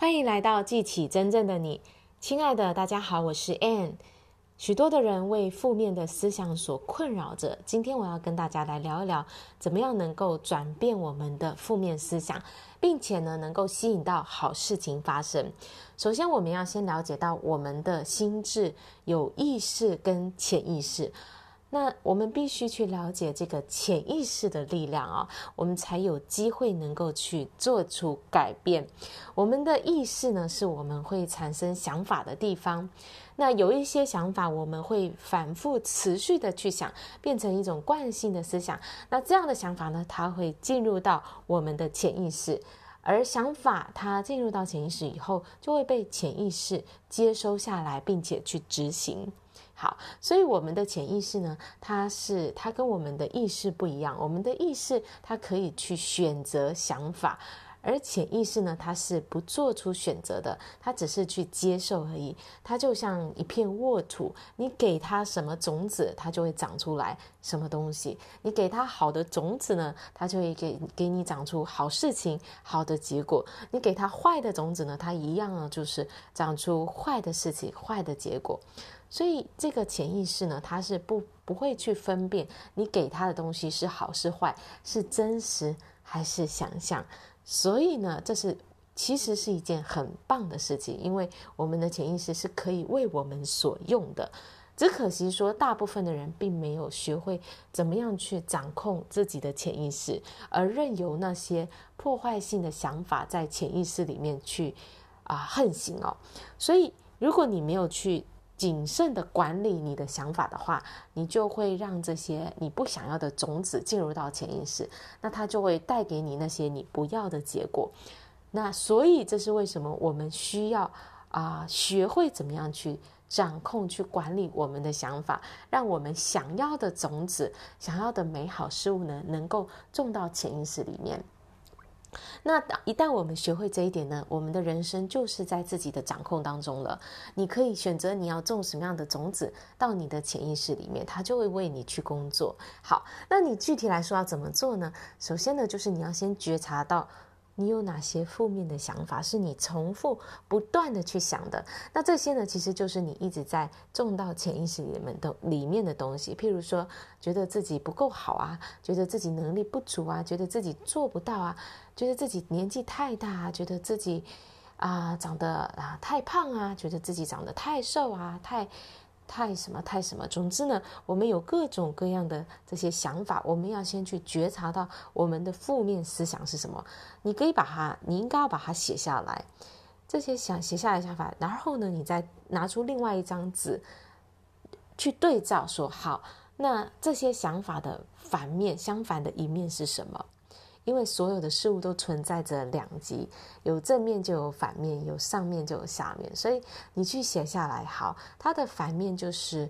欢迎来到记起真正的你。亲爱的大家好，我是 Ann。 许多的人为负面的思想所困扰着，今天我要跟大家来聊一聊怎么样能够转变我们的负面思想，并且呢能够吸引到好事情发生。首先我们要先了解到我们的心智有意识跟潜意识，那我们必须去了解这个潜意识的力量啊，我们才有机会能够去做出改变。我们的意识呢，是我们会产生想法的地方。那有一些想法我们会反复持续的去想，变成一种惯性的思想。那这样的想法呢，它会进入到我们的潜意识，而想法它进入到潜意识以后，就会被潜意识接收下来，并且去执行。好，所以我们的潜意识呢，它跟我们的意识不一样。我们的意识它可以去选择想法，而潜意识呢，它是不做出选择的，它只是去接受而已。它就像一片沃土，你给它什么种子，它就会长出来什么东西。你给它好的种子呢，它就会给你长出好事情、好的结果。你给它坏的种子呢，它一样呢，就是长出坏的事情、坏的结果。所以这个潜意识呢，它是不会去分辨你给它的东西是好是坏，是真实还是想象。所以呢，其实是一件很棒的事情，因为我们的潜意识是可以为我们所用的。只可惜说，大部分的人并没有学会怎么样去掌控自己的潜意识，而任由那些破坏性的想法在潜意识里面去横行哦。所以如果你没有去谨慎的管理你的想法的话，你就会让这些你不想要的种子进入到潜意识，那它就会带给你那些你不要的结果。那所以这是为什么我们需要学会怎么样去掌控、去管理我们的想法，让我们想要的种子、想要的美好事物呢，能够种到潜意识里面。那一旦我们学会这一点呢，我们的人生就是在自己的掌控当中了。你可以选择你要种什么样的种子到你的潜意识里面，它就会为你去工作。好，那你具体来说要怎么做呢？首先呢，就是你要先觉察到你有哪些负面的想法是你重复不断的去想的。那这些呢，其实就是你一直在种到潜意识里面的东西。譬如说，觉得自己不够好啊，觉得自己能力不足啊，觉得自己做不到啊，觉得自己年纪太大啊，觉得自己长得太胖啊，觉得自己长得太瘦啊，太什么。总之呢，我们有各种各样的这些想法，我们要先去觉察到我们的负面思想是什么。你应该要把它写下来，这些写下来的想法，然后呢，你再拿出另外一张纸去对照，说好，那这些想法的相反的一面是什么？因为所有的事物都存在着两极，有正面就有反面，有上面就有下面，所以你去写下来。好，它的反面就是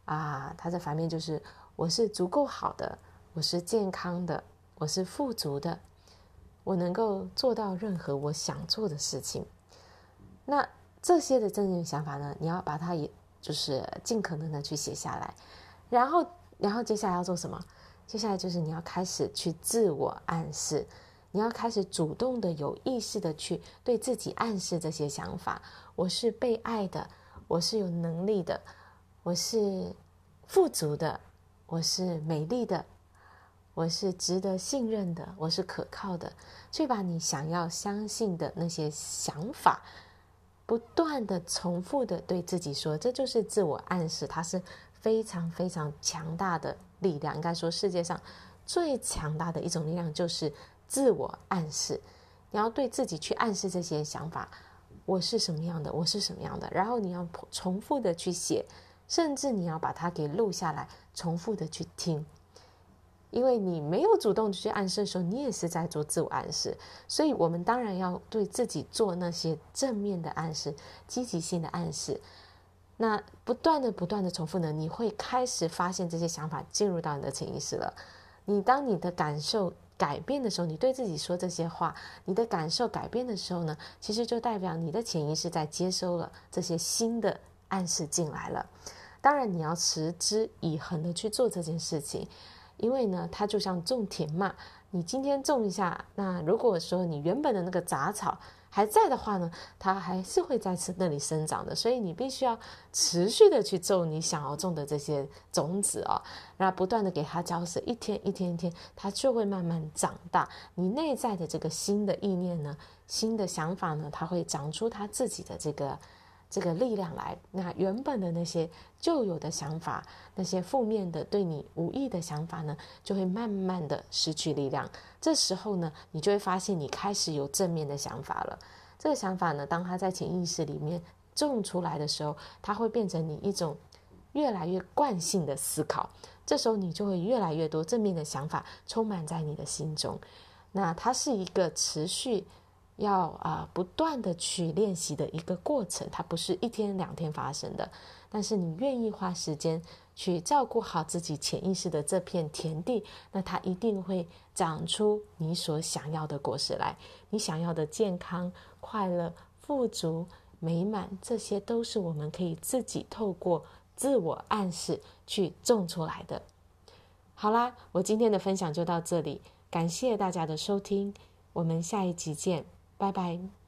我是足够好的，我是健康的，我是富足的，我能够做到任何我想做的事情。那这些的正面想法呢，你要把它也就是尽可能的去写下来，然后接下来要做什么？接下来就是你要开始去自我暗示，你要开始主动的有意识的去对自己暗示这些想法。我是被爱的，我是有能力的，我是富足的，我是美丽的，我是值得信任的，我是可靠的。去把你想要相信的那些想法不断的重复的对自己说，这就是自我暗示。它是非常非常强大的力量，应该说世界上最强大的一种力量就是自我暗示。你要对自己去暗示这些想法，我是什么样的，我是什么样的，然后你要重复的去写，甚至你要把它给录下来，重复的去听。因为你没有主动去暗示的时候，你也是在做自我暗示。所以我们当然要对自己做那些正面的暗示、积极性的暗示。那不断的重复呢，你会开始发现这些想法进入到你的潜意识了。当你的感受改变的时候，你对自己说这些话，你的感受改变的时候呢，其实就代表你的潜意识在接收了这些新的暗示进来了。当然你要持之以恒的去做这件事情，因为呢，它就像种田嘛，你今天种一下，那如果说你原本的那个杂草还在的话呢，它还是会在那里生长的。所以你必须要持续的去种你想要种的这些种子哦，然后不断的给它浇水，一天一天一天，它就会慢慢长大。你内在的这个新的意念呢，新的想法呢，它会长出它自己的这个力量来。那原本的那些旧有的想法，那些负面的对你无益的想法呢，就会慢慢的失去力量。这时候呢，你就会发现你开始有正面的想法了。这个想法呢，当它在潜意识里面种出来的时候，它会变成你一种越来越惯性的思考。这时候你就会越来越多正面的想法充满在你的心中。那它是一个持续要不断的去练习的一个过程，它不是一天两天发生的。但是你愿意花时间去照顾好自己潜意识的这片田地，那它一定会长出你所想要的果实来。你想要的健康、快乐、富足、美满，这些都是我们可以自己透过自我暗示去种出来的。好啦，我今天的分享就到这里，感谢大家的收听，我们下一集见，拜拜。